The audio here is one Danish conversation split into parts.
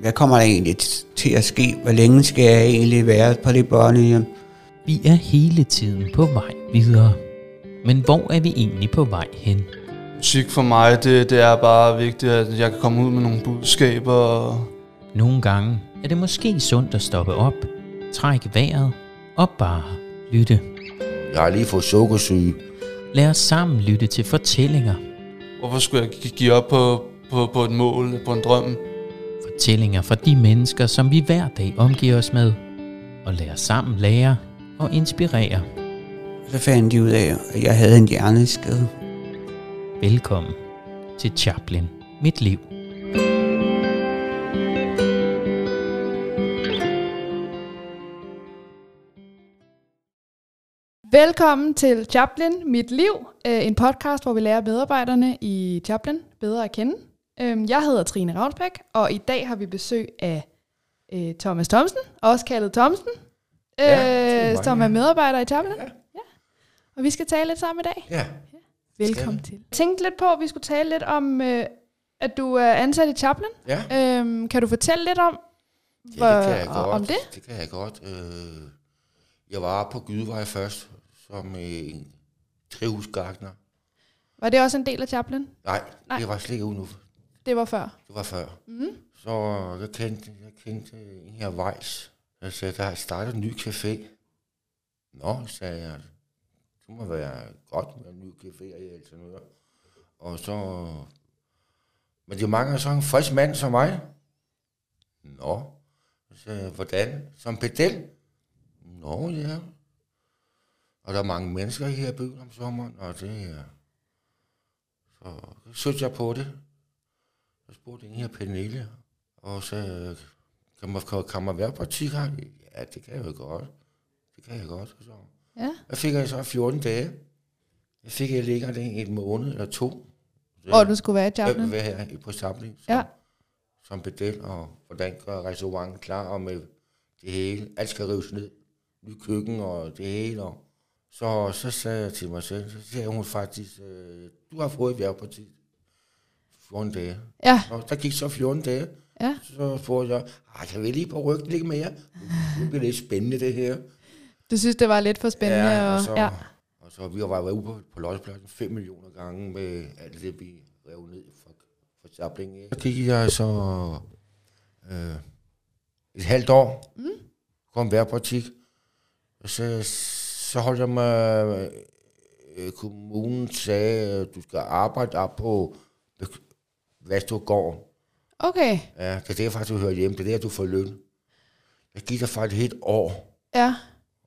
Hvad kommer der egentlig til at ske? Hvor længe skal jeg egentlig være på det børnehjem? Vi er hele tiden på vej videre. Men hvor er vi egentlig på vej hen? Musik for mig, det er bare vigtigt, at jeg kan komme ud med nogle budskaber. Nogle gange er det måske sundt at stoppe op, trække vejret og bare lytte. Jeg har lige fået sukkersyge. Lad os sammen lytte til fortællinger. Hvorfor skulle jeg give op på et mål, på en drøm? Fortællinger fra de mennesker, som vi hver dag omgiver os med. Og lad os sammen lære og inspirere. Så fandt de ud af, at jeg havde en hjerneskade. Velkommen til Chaplin, mit liv. Velkommen til Chaplin, mit liv. En podcast, hvor vi lærer medarbejderne i Chaplin bedre at kende. Jeg hedder Trine Ravnsbæk, og i dag har vi besøg af Thomas Thomsen, også kaldet Thomsen, som er medarbejder i Chaplin. Ja. Og vi skal tale lidt sammen i dag. Ja. Velkommen til. Jeg tænkte lidt på, at vi skulle tale lidt om, at du er ansat i Chaplin. Ja. Kan du fortælle lidt om, Det kan jeg godt. om det? Det kan jeg godt. Jeg var på Gydevej først, som en drivhusgartner. Var det også en del af Chaplin? Nej, det var slet ikke ude nu. Det var før. Det var før. Mm. Så jeg kendte en her Vejs. Jeg sagde, der er startet en ny café. Nå, sagde jeg. Det må være godt med en ny café i Helsingør. Og så... Men det mangler så en frisk mand som mig. Nå. Så sagde jeg, hvordan? Som pedel? Nå, ja. Og der er mange mennesker i her byen om sommeren, og det er... Så søgte jeg på det. Jeg spurgte en her Pernille, og så kan man være praktik her? Ja, det kan jeg jo godt. Det kan jeg godt. Så. Ja. Jeg fik så 14 dage. Jeg fik længere det en måned eller to. Og du skulle være i Chaplin? Være her på Chaplin som pedel, og hvordan gør restauranten klar, og med det hele. Alt skal rives ned. Ny køkken og det hele. Og så sagde jeg til mig selv, så sagde hun faktisk, du har fået et værparti 14 dage. Ja. Og der gik så 14 dage. Ja. Så spurgte jeg, kan vi lige på ryggen lidt mere? Nu bliver det spændende det her. Du synes, det var lidt for spændende? Ja, og så vi var ude på Lottepladsen 5 millioner gange med alt det, vi rev ned for Chaplin. Så gik jeg så et halvt år, kom hver butik, og så holdt jeg mig, kommunen sagde, at du skal arbejde op på Vestergården. Okay. Ja, det er derfor, du hører hjemme, det er der, du får løn. Jeg gik der faktisk et år. Ja.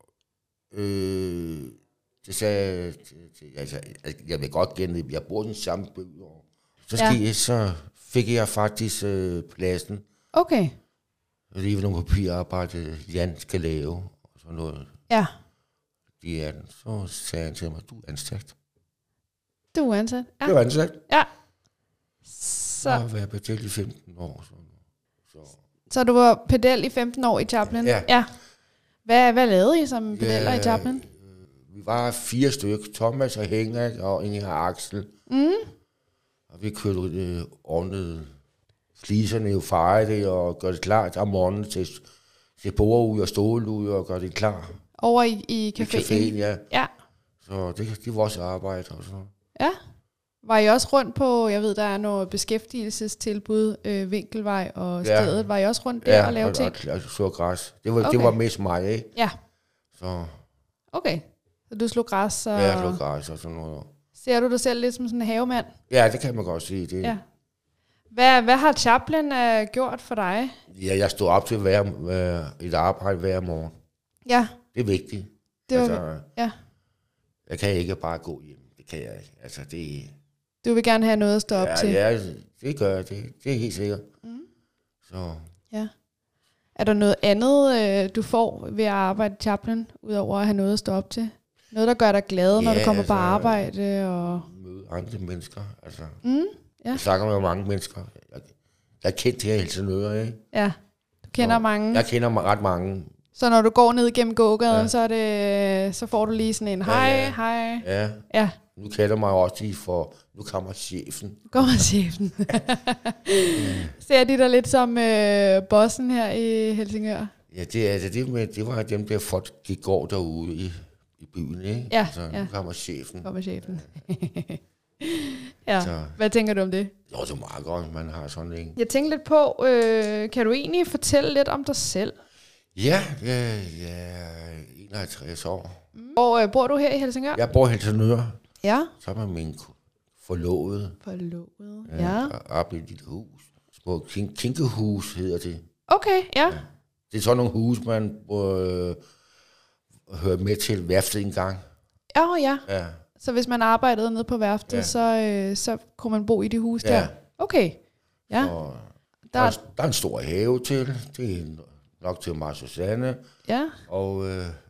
Det sagde altså, jeg vil godt gennem, jeg bor den samme by. Så fik jeg faktisk pladsen. Okay. Det er nogle papirarbejde, Jan skal lave, og sådan noget. Ja. Så sagde han til mig, du er ansat. Du er ansat? Ja. Du er ansat. Ja. Så har jeg været pedel i 15 år. Så du var pedel i 15 år i Chaplin? Ja. Hvad lavede I som pedeller i Chaplin? Vi var 4 stykker. Thomas og Henrik og Inger Axel. Mm. Og vi kørte ordnet fliserne jo fejre det og gør det klar om morgenen til bord ud og stole ud og gør det klar. Over i caféen? Ja. Så det er vores arbejde og sådan noget. Ja. Var I også rundt på, jeg ved, der er noget beskæftigelsestilbud, Vinkelvej og stedet. Var I også rundt der og lave ting? Ja, og så græs. Det var mest mig, ikke? Ja. Så. Okay. Så du slog græs? Og... Ja, jeg slog græs og sådan noget. Ser du dig selv lidt som sådan en havemand? Ja, det kan man godt sige. Det. Ja. Hvad har Chaplin gjort for dig? Ja, jeg stod op til at være et arbejde hver morgen. Ja. Det er vigtigt. Jeg kan ikke bare gå hjem. Det kan jeg ikke. Altså, det... Du vil gerne have noget at stå op til? Ja, det gør jeg. Det er helt sikkert. Mm. Så. Ja. Er der noget andet, du får ved at arbejde i Chaplin, udover at have noget at stå op til? Noget, der gør dig glad, når du kommer på arbejde? Og møde andre mennesker. Altså, ja. Jeg snakker med mange mennesker. Jeg er kendt her i Helsingør, ikke? Ja, du kender mange. Jeg kender ret mange. Så når du går ned gennem gågaden, så får du lige sådan en hej. Ja. Nu kender mig også lige for, nu kommer chefen. Nu kommer chefen. Ser de der lidt som bossen her i Helsingør? Ja, det var dem der folk, de går derude i byen, ikke? Ja, Så ja. nu kommer chefen. Kommer chefen. Ja, Så- hvad tænker du om det? Jo, det er meget godt, man har sådan en. Jeg tænkte lidt på, kan du egentlig fortælle lidt om dig selv? Ja, jeg er 51 år. Og bor du her i Helsingør? Jeg bor i Helsingør, Ja. så med min forlovede. Forlovet. Ja. Op i et lille hus. Små kinkehus hedder det. Okay, ja. Det er sådan nogle hus, man hører med til værftet en gang. Ja. Ja. Så hvis man arbejdede nede på værftet, så kunne man bo i de hus der? Okay. Ja. Og der er en stor have til. Det er nok til mig og Susanne. Ja. Og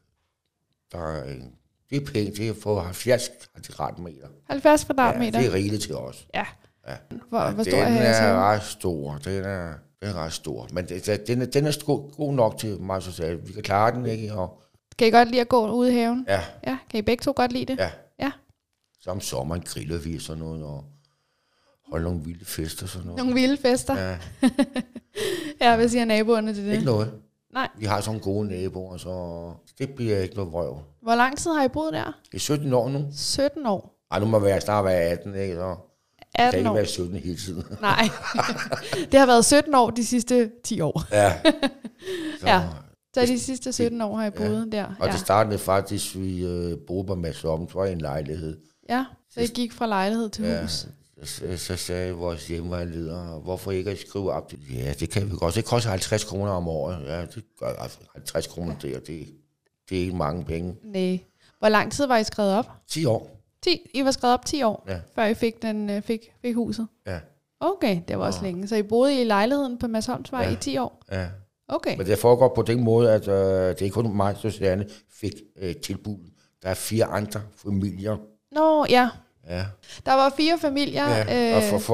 der er det er pænt. Det er for 70 kvadratmeter. 70 kvadratmeter? Ja, det er rigeligt til os. Ja. Ja. Hvor stor er Den er haven? ret stor. Den er ret stor. Men den er god nok til mig og Susanne. Vi kan klare den, ikke? Og, Kan I godt lide at gå ude i haven? ja, Ja. Kan I begge to godt lide det? ja. Ja. Så om sommeren griller vi sådan noget, og holder nogle vilde fester og sådan noget. Nogle vilde fester? Ja, Ja, hvad siger naboerne til det? ikke noget. Nej. Vi har sådan gode naboer, så det bliver ikke noget vrøv. Hvor lang tid har I boet der? Det er 17 år nu. 17 år. Ej, nu må jeg snart være 18, ikke? Så kan 18 ikke år. være 17 hele tiden. Nej. Det har været 17 år de sidste 10 år. Ja. Så, Ja. Så de sidste 17 år har I boet der. Og Ja. det startede faktisk, vi boede på Mads Omsvej i en lejlighed. Ja, så I gik fra lejlighed til Ja. hus. Så sagde vores hjemmevejleder, hvorfor ikke at skrive op til? Ja, det kan vi godt. Det koster 50 kroner om året. Ja, det gør altså 50 kroner der. Det er ikke mange penge. Nej. Hvor lang tid var I skrevet op? 10 år. 10. I var skrevet op 10 år, Ja. før I fik huset? Ja. Okay, det var også længe. Så I boede i lejligheden på Mads Holmsvej i 10 år? Ja. Okay. Men det foregår på den måde, at det er kun mig, Susanne, fik tilbud. Der er 4 andre familier. Nå, ja. Ja. Der var 4 familier. Ja, og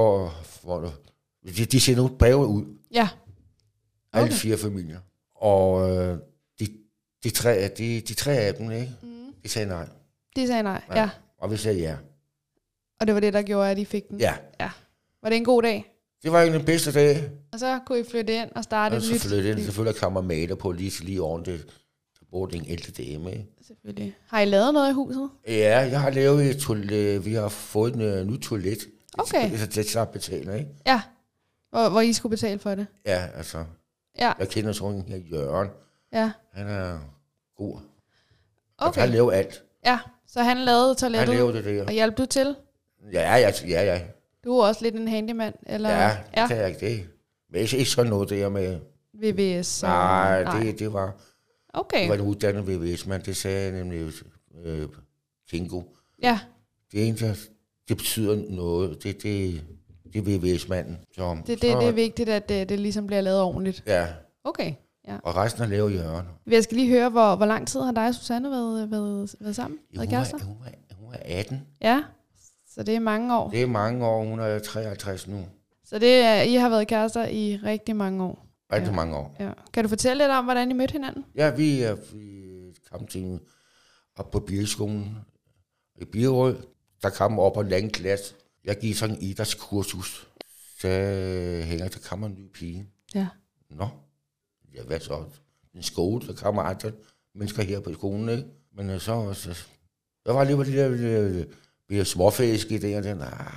de sender nogle breve ud. Ja. Alle Okay. 4 familier. Og de tre af dem, ikke? De sagde nej. De sagde nej, ja. Og vi sagde ja. Og det var det, der gjorde, at I fik den? Ja. Var det en god dag? Det var egentlig den bedste dag. Og så kunne I flytte ind og starte Og et så nyt flyttede ind. liv. Selvfølgelig kommer maler på lige oven det. Så bor det en ældre dame, ikke? Selvfølgelig. Har I lavet noget i huset? Ja, jeg har lavet et toilet. Vi har fået en ny toilet. Okay. Så det så betaler, ikke? Ja. Hvor I skulle betale for det? Ja, altså. Ja. Jeg kender sådan en her Jørgen. Ja. Han er god. Okay. Han laver alt. Ja, så han lavede Han toilettet. laver det der. Og hjalp du til? Ja. Du er også lidt en handyman, eller? Ja, det kan jeg ikke det. Men ikke sådan noget der med... VVS? Nej, det var... Okay. Det var en uddannet VVS-mand. Det sagde nemlig Kingo. Ja. Det eneste, det betyder noget. Det er VVS-manden. Så, Det er vigtigt, at det ligesom bliver lavet ordentligt. Ja, Okay. Ja. og resten er lavet i Jørgen. Jeg skal lige høre, hvor lang tid har dig og Susanne været sammen? Været kærester? Hun er 18. Ja. Så det er mange år. Det er mange år. Hun er 53 nu. Så I har været kærester i rigtig mange år. Rigtig mange år. Ja. Kan du fortælle lidt om, hvordan I mødte hinanden? Ja, vi kom til op på bilskolen i Birgerød. Der kom op på en anden klasse. Jeg gik sådan en idrætskursus. Så hænger, der kommer en ny pige. Ja. Nå, ja, hvad så? En skole, der kommer andre mennesker her på skolen, ikke? Men så der var lige på de der småfæske der, og den,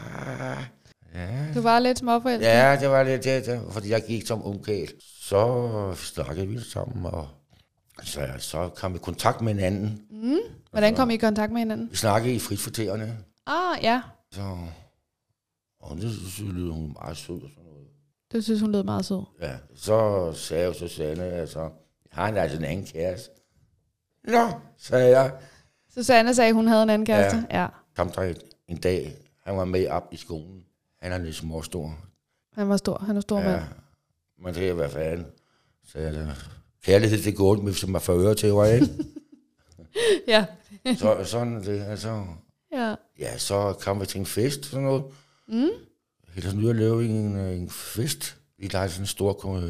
ja. Du var lidt småforelsket? Ja, det var lidt det, fordi jeg gik som ungkæl. Så snakkede vi sammen, og så kom vi i kontakt med hinanden. Mm. Hvordan kom I i kontakt med hinanden? Vi snakkede i fritforterende. Ja. Så, og det synes hun meget sød og sådan noget. Du synes, hun lød meget sød. Ja, så sagde jeg Susanne, altså, jeg har altså en anden kæreste. Nå, sagde jeg. Susanne sagde, hun havde en anden kæreste? Ja. Kom der en dag, han var med op i skolen. Han er lidt småstor. Han var stor. Han er stor mand. Men det er hvad fanden. Så jeg, kærlighed, det går med, som man får øre til, var ikke? Ja. Så sådan det, altså. Ja. Ja, så kom vi til en fest, sådan noget. Mm. Helt sådan ud at lave en fest. Vi lavede sådan en stor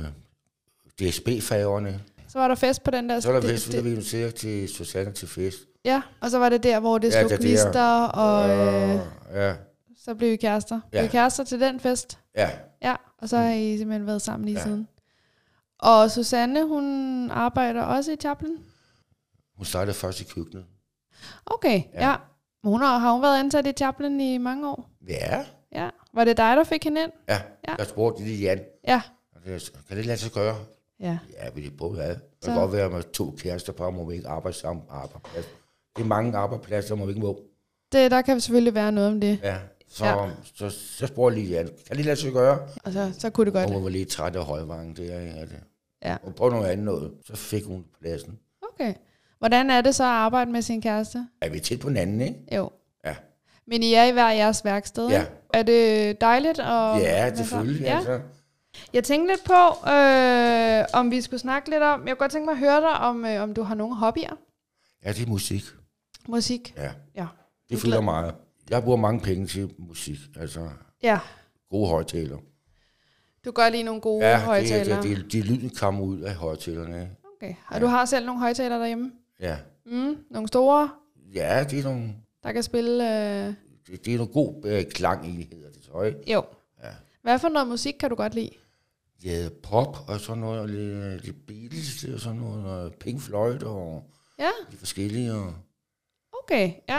DSB-færgerne. Så var der fest på den der... Så var der fest, vi inviterede til Susanne til fest. Ja, og så var det der, hvor det slog det gnister, og ja. så blev I kærester. Ja. Blev I kærester til den fest? Ja. Ja, og så har I simpelthen været sammen lige siden. Og Susanne, hun arbejder også i Chaplin? Hun startede først i køkkenet. Okay, ja. Har hun været ansat i Chaplin i mange år? Ja. Ja. Var det dig, der fik hende ind? Ja, jeg spurgte lige Jan. Ja. Kan det lade sig gøre? Ja. Ja, vil det prøve, ja. Det kan godt være med 2 kærester på, må vi ikke arbejde sammen på arbejdsplads. Det er mange arbejdspladser, må vi ikke må. Der kan selvfølgelig være noget om det. Ja, så spurgte lige Jan. Kan det lade sig gøre? Og så kunne det godt. Og hun var lidt træt af højvangen der, ikke? Ja. Og prøvede noget andet noget. Så fik hun pladsen. Okay. Hvordan er det så at arbejde med sin kæreste? Er vi tæt på hinanden, ikke? Jo. Ja. Men I er i hver jeres værksted, Ja. ikke? Er det dejligt? Ja, selvfølgelig. Ja. Altså. Jeg tænkte lidt på, om vi skulle snakke lidt om... Jeg kunne godt tænke mig at høre dig, om du har nogle hobbyer. Ja, det er musik. Musik? Ja. Det fylder meget. Jeg bruger mange penge til musik. Altså, gode højtaler. Du gør lige nogle gode højtalere? Ja, det lyden kommer ud af højtalerne. Okay. Og du har selv nogle højtalere derhjemme? Ja. Nogle store? Ja, det er nogle... Der kan spille... Det er nogle god klang i, hedder det så, ikke? Jo. Ja. Hvad for noget musik kan du godt lide? Ja, pop og sådan noget, lidt Beatles og sådan noget, Pink Floyd og de forskellige. Og... Okay, ja.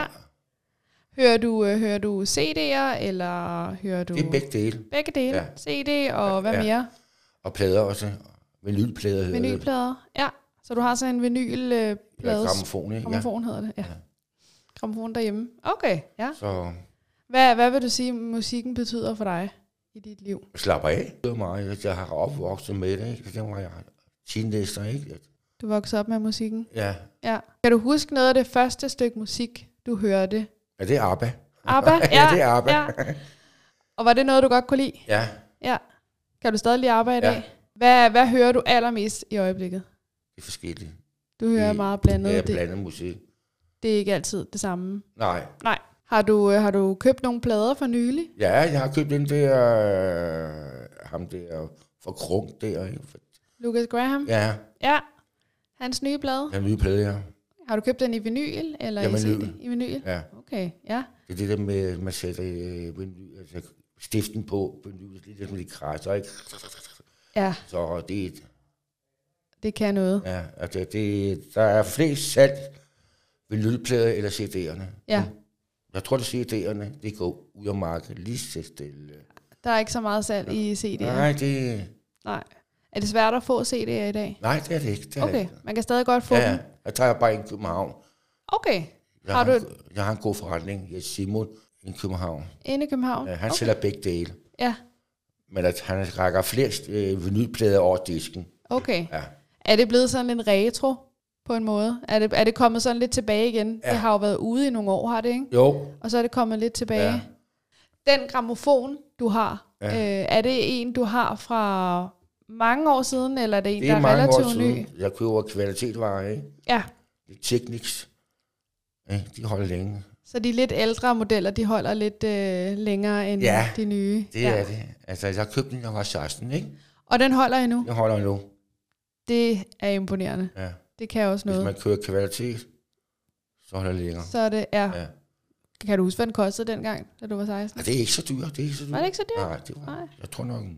Hører du CD'er, eller hører du... Det er begge dele. Begge dele? Ja. CD og hvad mere? Og plader også. Vinylplader hedder det. Vinylplader, ja. Så du har så en vinylplade? Ja, grammofon, ikke? Grammofon hedder det, ja. Grammofon derhjemme. Okay, ja. Så... Hvad vil du sige, musikken betyder for dig i dit liv? Slapper af. Det var meget. Jeg har opvokset med det, ikke? Det var jeg teenager, ikke? Du voksede op med musikken? Ja. Kan du huske noget af det første stykke musik, du hørte? Ja, det er ABBA. ABBA? Ja, det er ABBA. Ja. Og var det noget, du godt kunne lide? Ja. Ja. Kan du stadig lide ABBA i dag? Hvad hører du allermest i øjeblikket? Det er forskelligt. Du hører meget blandet. Ja, blandet musik. Det er ikke altid det samme? Nej. Har du købt nogle plader for nylig? Ja, jeg har købt den der... ham der for Krunk der, ikke? Lucas Graham? Ja. Ja. Hans nye plade? Den nye plade, ja. Har du købt den i vinyl? Eller ja, i vinyl? Ja. Okay, ja. Det er det der med, man sætter vinyl, altså stiften på vinyl, det er det, med de krasser, ikke? Ja. Så det kan noget. Ja, altså der er flest salg vinylplader eller CD'erne. Ja. Jeg tror, det CD'erne, det går ud af markedet lige så stille. Der er ikke så meget salg i CD'er? Nej. Er det svært at få CD'er i dag? Nej, det er det ikke. Okay, man kan stadig godt få dem? Jeg tager bare i København. Okay. Jeg har en god forretning. Jeg er Simon i København. Inde i København? Ja, han sælger begge dele. Ja. Men han rækker flest vinylplader over disken. Okay. Ja. Er det blevet sådan en retro på en måde? Er det kommet sådan lidt tilbage igen? Ja. Det har jo været ude i nogle år, har det ikke? Jo. Og så er det kommet lidt tilbage. Ja. Den grammofon, du har, er det en, du har fra mange år siden, eller er det en, der er relativt ny? Jeg køber kvalitetsvarer, ikke? Ja. Det er Technics. Ja, de holder længe. Så de lidt ældre modeller, de holder lidt længere end de nye? Det er det. Altså, jeg købte den, jeg var 16, ikke? Og den holder endnu? Den holder endnu. Det er imponerende. Ja. Det kan også noget. Hvis man kører kvalitet, så holder det længere. Så er det, ja. Kan du huske, hvad den kostede dengang, da du var 16? Ja, det er ikke så dyrt. Var det ikke så dyrt? Nej, det var, jeg tror nok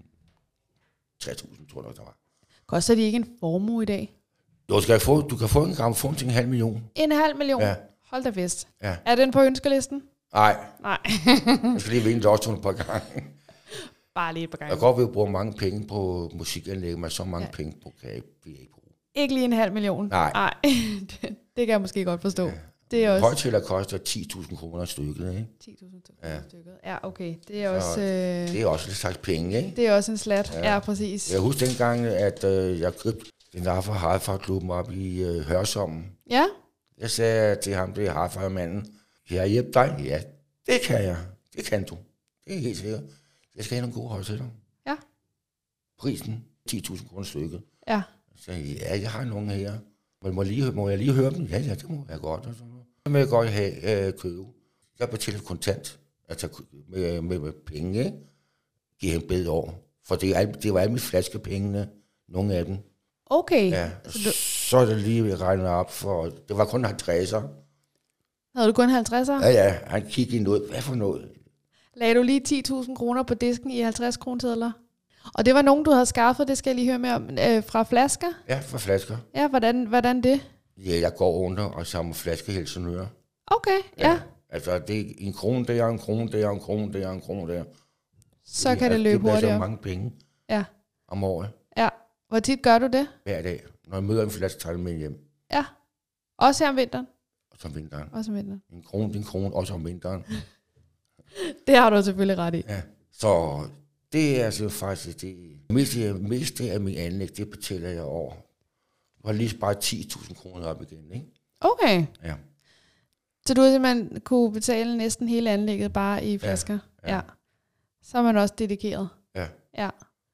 3.000, tror jeg, der var. Koster de ikke en formue i dag? Du kan få en grammofon til 500.000. 500.000? Ja. Hold da fest. Ja. Er den på ønskelisten? Nej. Jeg skal lige vinde lottoen et par gange. Bare lige et par gange. Jeg kan godt vil bruge mange penge på musikanlæg, men så mange penge på kan jeg ikke bruge. Ikke lige 500.000? Nej. Det kan jeg måske godt forstå. Ja. Det er også... Højtaler koster 10.000 kroner stykket, ikke? 10.000 stykket. Ja, okay. Det er også... Det er også lidt slags penge, ikke? Det er også en slat. Ja, præcis. Jeg husker dengang, at jeg købte den der fra Hardfire-klubben op i Hørsholm. Ja? Jeg sagde til ham, det er Hardfire-manden, kan jeg hjælpe dig? Ja, det kan jeg. Det kan du. Det er helt sikkert. Jeg skal have nogle gode højtaler. Ja. Prisen, 10.000 kroner stykket. Ja. Så jeg har nogle her. Men må jeg lige høre dem? Ja, det må jeg godt. Og sådan noget. Så må jeg godt have købe. Jeg betaler kontant, altså med penge, ikke? Giver en bedre år. For det var alle mine flaskepengene, nogle af dem. Okay. Ja, så er det lige regnet op, for det var kun 50'er. Havde du kun 50'er? Ja, han kiggede i noget. Hvad for noget? lagde du lige 10.000 kroner på disken i 50 kronesedler. Og det var nogen, du havde skaffet, det skal jeg lige høre mere om, fra flasker? Ja, fra flasker. Ja, hvordan det? Ja, jeg går rundt og samler flasker i Helsingør. Okay, ja. Altså, det er en krone der, en krone der, en krone der, en krone der. Så kan det løbe hurtigere. Det bliver så mange penge om året. Ja. Hvor tit gør du det? Hver dag. Når jeg møder en flaske, tager jeg med hjem. Ja. Også her om vinteren? Også om vinteren. Også om vinteren. En krone, det er en krone, også om vinteren. Det har du selvfølgelig ret i. Ja. Så det er altså faktisk det meste af min anlæg, det betaler jeg over. Jeg har lige sparet 10.000 kroner op igen, ikke? Okay. Ja. Så du har simpelthen kunne betale næsten hele anlægget bare i flasker? Ja. Så er man også dedikeret? Ja.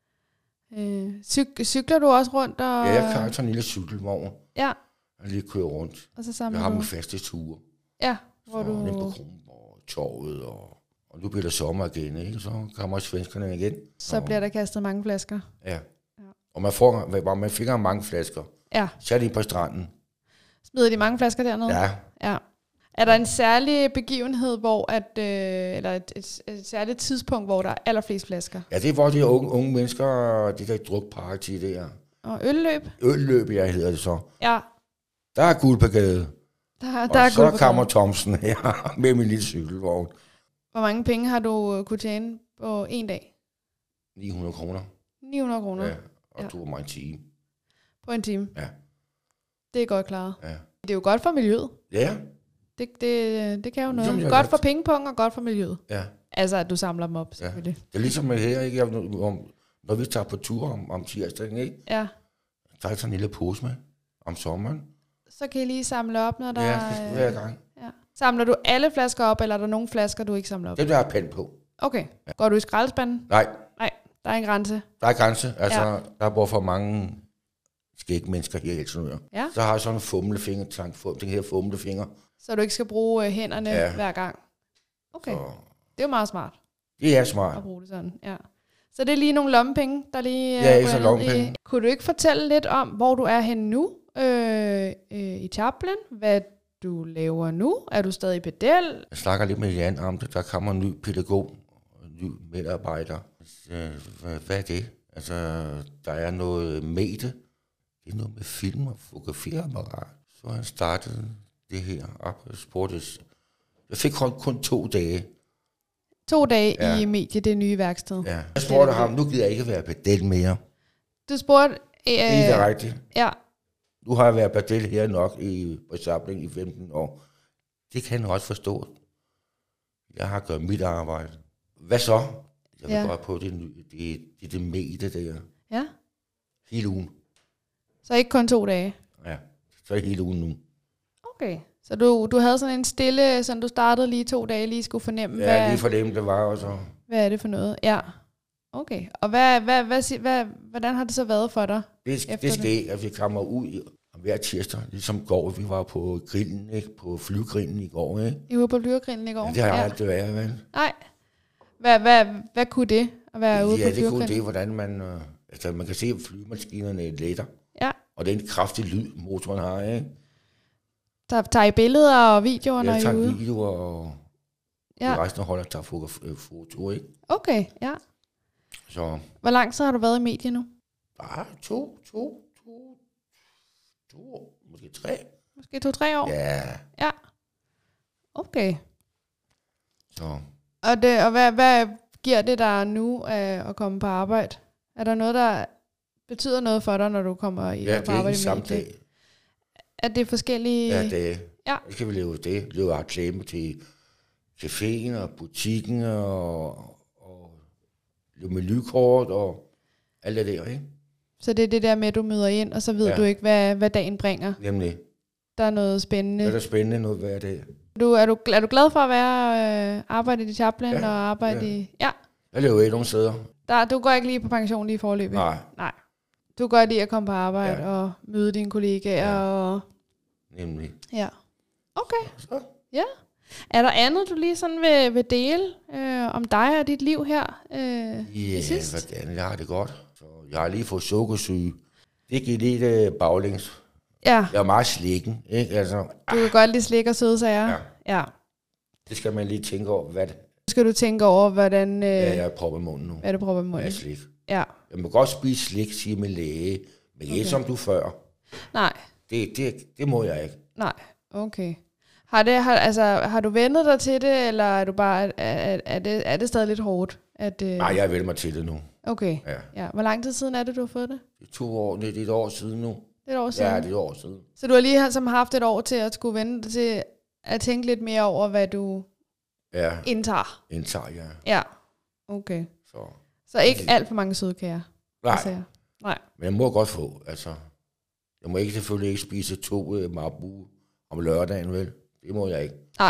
Cykler du også rundt? Og... Ja, jeg kan sådan en lille cykelvogn. Ja. Jeg lige kører rundt. Og så samler jeg har du... dem faste ture. Ja, hvor du... Nede på Kronborg, Torvet, og nu bliver der sommer igen, ikke? Så kommer svenskerne igen. Så bliver der kastet mange flasker. Ja. Og man fik mange flasker. Ja. Så er de på stranden. Smider de mange flasker dernede? Ja. Er der en særlig begivenhed, hvor eller et særligt tidspunkt, hvor der er allerflest flasker? Ja, det er hvor de unge mennesker, de der drukparty der. Og ølløb? Ølløb, hedder det så. Ja. Der er guld på gade. Der og så kommer Thomsen her med min lille cykelvogn. Hvor mange penge har du kunne tjene på en dag? 900 kroner. 900 kroner? Ja, og det var mig en time. På en time? Ja. Det er godt klaret. Ja. Det er jo godt for miljøet. Ja. Det kan jo noget. Godt for pengepung og godt for miljøet. Ja. Altså, at du samler dem op, selvfølgelig. Ja. Det er ligesom her, ikke? Når vi tager på tur om tirsdagen, ikke? Ja. Der er sådan en lille pose med om sommeren. Så kan I lige samle op, når der er... hver gang. Ja. Samler du alle flasker op, eller er der nogle flasker, du ikke samler op? Det der er pand på. Okay. Ja. Går du i skraldespanden? Nej. Der er en grænse. Der er grænse. Altså, der bor for mange skægmennesker her i Helsingør. Ja. Så har jeg sådan en fumlefingertank, den her fumlefinger. Så du ikke skal bruge hænderne hver gang? Okay. Så. Det er jo meget smart. Det er smart. At bruge det sådan, ja. Så det er lige nogle lommepenge, der lige... Ja, ikke så lommepenge. Kunne du ikke fortælle lidt om, hvor du er henne nu i Chaplin? Hvad du laver nu? Er du stadig i pedel? Jeg snakker lidt med Jan om det. Der kommer en ny pædagog, en ny medarbejder. Hvad er det? Altså, der er noget medie. Det er noget med film og fotografiapparat. Så han startede det her op og spurgte. Jeg fik kun 2 dage. 2 dage i medie, det nye værksted. Ja. Jeg spurgte ham, nu gider jeg ikke være pedel mere. Du spurgte... Det er rigtigt. Ja. Nu har jeg været pedel her nok på Chaplin i 15 år. Det kan jeg også forstå. Jeg har gjort mit arbejde. Hvad så? Jeg vil godt på det medie der. Ja. Hele ugen. Så ikke kun 2 dage? Ja, så er hele ugen nu. Okay. Så du havde sådan en stille, sådan du startede lige 2 dage, lige skulle fornemme, lige fornemme, det var også. Hvad er det for noget? Ja. Okay. Og hvordan har det så været for dig? Det skete, at vi kommer ud hver tirsdag, ligesom går. Vi var på grillen, ikke? På flyvegrillen i går, ikke? I var på flyvegrillen i går? Ja, det har jeg aldrig været, vel? Nej. Hvad kunne det at være ude på flyvegrillen? Ja, det kunne det, hvordan man kan se, at flyvemaskinerne letter. Ja. Og det er en kraftig lyd, motoren har, ikke? Tager I billeder og videoer, når I er ude? Jeg tager videoer, og resten af holdet tager foto, ikke? Okay, ja. Så. Hvor lang tid har du været i medie nu? Bare 2 år, måske 3. Måske 2-3 år? Ja. Ja. Okay. Så. Og hvad giver det dig nu at komme på arbejde? Er der noget, der betyder noget for dig, når du kommer på arbejde i medie? Ja, det er ikke samme dag. Er det forskellige... Ja, det er. Ja. Så skal vi lave reklame til caféen og butikken og lave menukort og alt det der, ikke? Så det er det der med, at du møder ind, og så ved du ikke, hvad dagen bringer? Nemlig. Der er noget spændende. Der er spændende noget hver dag. Er du glad for at være arbejde i Chaplin og arbejde i... Ja. Jeg lever ikke nogen steder. Du går ikke lige på pension lige forløbet? Nej. Du går lige at komme på arbejde og møde dine kollegaer og... Nemlig. Ja. Okay. Så. Ja. Er der andet, du lige sådan vil dele om dig og dit liv her sidst? Hvordan? Jeg har det godt. Så jeg har lige fået sukkersyge. Det gik lidt baglæns. Ja. Jeg er meget slikken, ikke? Altså, du kan godt lide slik og søde sager. Ja. Det skal man lige tænke over, Skal du tænke over, hvordan... Jeg er proppet i munden nu. Hvad er det proppet i munden? Ja, slik. Ja. Jeg må godt spise slik, siger min læge, men ikke som du før. Nej. Det må jeg ikke. Nej, okay. Har du vendet dig til det, eller er du bare er det stadig lidt hårdt? Nej, jeg vender mig til det nu. Okay. Ja. Hvor lang tid siden er det, du har fået det? Det er 2 år, det er et år siden nu. Det er et år siden? Ja, det er et år siden. Så du har lige haft et år til at skulle vende dig til at tænke lidt mere over, hvad du indtager? Indtager, ja. Ja, okay. Så ikke alt for mange sødekager? Nej. Men jeg må godt få, altså. Jeg må selvfølgelig ikke spise 2 Marabou om lørdagen, vel? Det må jeg ikke. Nej.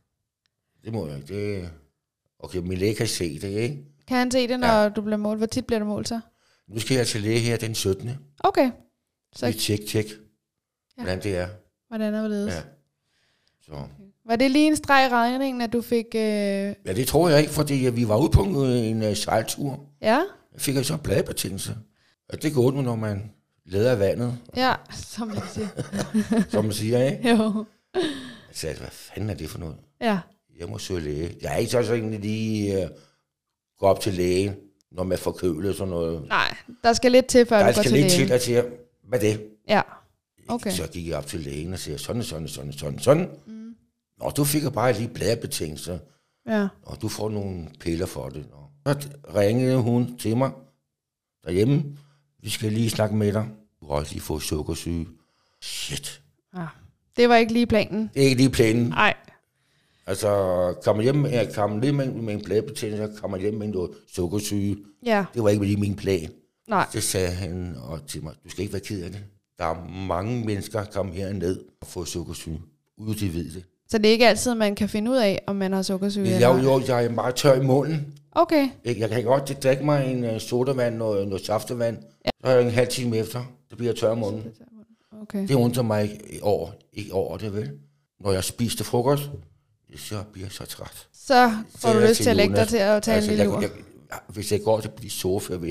Det må jeg ikke. Okay, min læge kan se det, ikke? Kan han se det, når du bliver målt? Hvor tit bliver du målt så? Nu skal jeg til læge her den 17. Okay. Så tjek, hvordan det er. Hvordan er det? Ja. Så. Var det lige en streg i regningen, at du fik... Ja, det tror jeg ikke, fordi vi var ude på en sejltur. Ja? Jeg fik så bladbetændelse. Og det går ondt, når man leder vandet. Ja, som man siger. Som man siger, ikke? Jo. Jeg sagde, hvad fanden er det for noget? Ja. Jeg må søge læge. Jeg er ikke så egentlig lige gå op til lægen, når man får kølet og sådan noget. Nej, der skal lidt til, før du går til lægen. Der skal lidt til, at sige, hvad er det? Ja, okay. Så gik jeg op til lægen og siger, sådan. Nå, du fik bare lige bladbetændelse. Ja. Og du får nogle piller for det. Så ringede hun til mig derhjemme. Vi skal lige snakke med dig. Du har også lige fået sukkersyge. Shit. Ja. Det var ikke lige planen. Det er ikke lige planen. Nej. Altså, jeg kom lige med en bladbetændelse, kommer hjem med noget sukkersyge. Ja. Det var ikke lige min plan. Nej. Det sagde han til mig, du skal ikke være ked af det. Der er mange mennesker, der kommer herned og får sukkersyge, uden de ved det. Så det er ikke altid, man kan finde ud af, om man har sukkersyge? Jeg er meget tør i munden. Okay. Jeg kan godt drikke mig en sodavand, noget saftevand. Ja. Så er jeg en halv time efter, det bliver tør i munden. Okay. Det undrer mig ikke over det, vel? Når jeg spiste frokost, så bliver jeg så træt. Så får du lyst til at lægge dig til at tage en lille lur. Hvis jeg går til de sofa, vi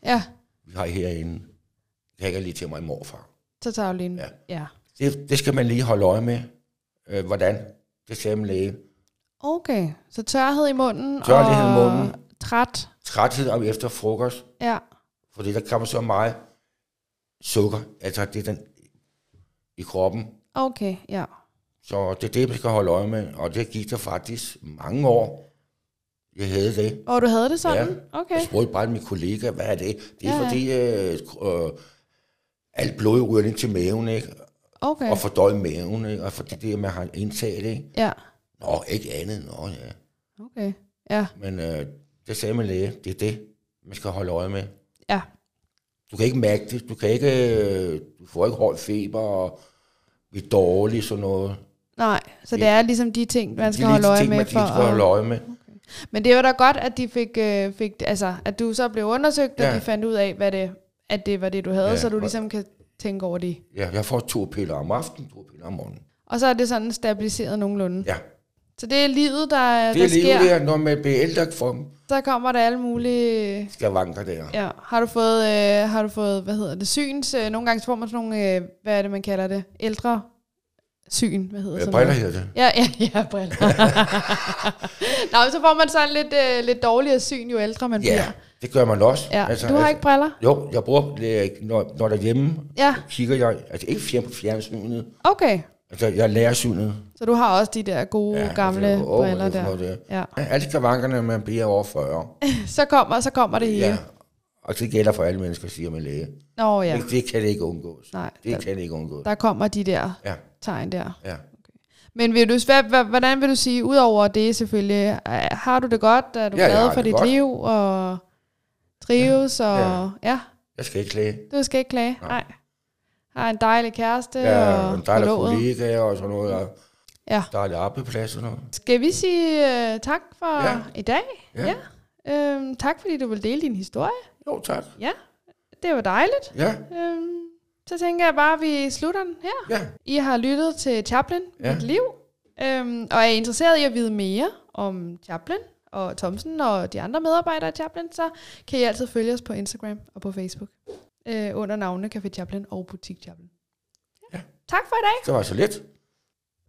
har herinde, det hænger lige til mig i morfar. Så tager du lige ja. Det skal man lige holde øje med. Hvordan? Det sagde min læge. Okay, så tørhed i munden og træt. Træthed om efter frokost. Ja. Fordi der kommer så meget sukker, altså det er den i kroppen. Okay, ja. Så det er det, vi skal holde øje med, og det gik der faktisk mange år. Jeg havde det. Og du havde det sådan? Ja. Okay. Jeg spurgte bare min kollega, hvad er det? Det er fordi alt blod ryger ind til maven, ikke? Okay. Og fordøje maven, ikke? Og fordi det, man har indtaget, ikke? Ja. Nå, ikke andet. Nå, ja. Okay, ja. Men det sagde min læge, det er det, man skal holde øje med. Ja. Du kan ikke mærke det. Du får ikke høj feber og blive dårlig, sådan noget. Nej, så det er ligesom de ting, man skal holde øje med. Okay. Men det var da godt, at de fik altså, at du så blev undersøgt, og de fandt ud af, at det var det, du havde, så du ligesom kan tænke over det. Ja, jeg får 2 piller om aftenen, 2 piller om morgenen. Og så er det sådan stabiliseret nogenlunde. Ja. Så det er livet, der sker. Det er livet der, når man bliver ældre for dem. Så kommer der alle mulige... Skavanker der. Ja. Har du fået, hvad hedder det, syns? Nogle gange får man sådan nogle, hvad er det, man kalder det? Ældre syn, hvad hedder det? Briller hedder det. Ja, briller. Nå, så får man sådan lidt dårligere syn, jo ældre man bliver. Ja, det gør man også. Ja. Du har ikke briller? Jo, jeg bruger, når der er hjemme, kigger jeg, altså ikke på fjernsynet. Okay. Altså, jeg lærer synet. Så du har også de der gode, gamle briller der. Ja. Alle skavankerne, man bliver over 40. så kommer det hele. Ja, og det gælder for alle mennesker, siger man læge. Nå ja. Det kan det ikke undgås. Nej. Det kan det ikke undgås. Der kommer de der tegn der. Ja. Okay. Men hvordan vil du sige, udover det selvfølgelig, har du det godt? Er du glad for dit liv og trives? Og, Jeg skal ikke klage. Du skal ikke klage? Nej. Har en dejlig kæreste og en dejlig kollega og sådan noget. Ja. Dejlig arbejdsplads og noget. Skal vi sige tak for i dag? Ja. Tak fordi du vil dele din historie. Jo, tak. Ja, det var dejligt. Ja. Så tænker jeg bare, at vi slutter den her. Ja. I har lyttet til Chaplin, mit liv. Og er I interesseret i at vide mere om Chaplin og Thomsen og de andre medarbejdere i Chaplin, så kan I altid følge os på Instagram og på Facebook. Under navnene Café Chaplin og Butik Chaplin. Ja. Tak for i dag. Det var så lidt.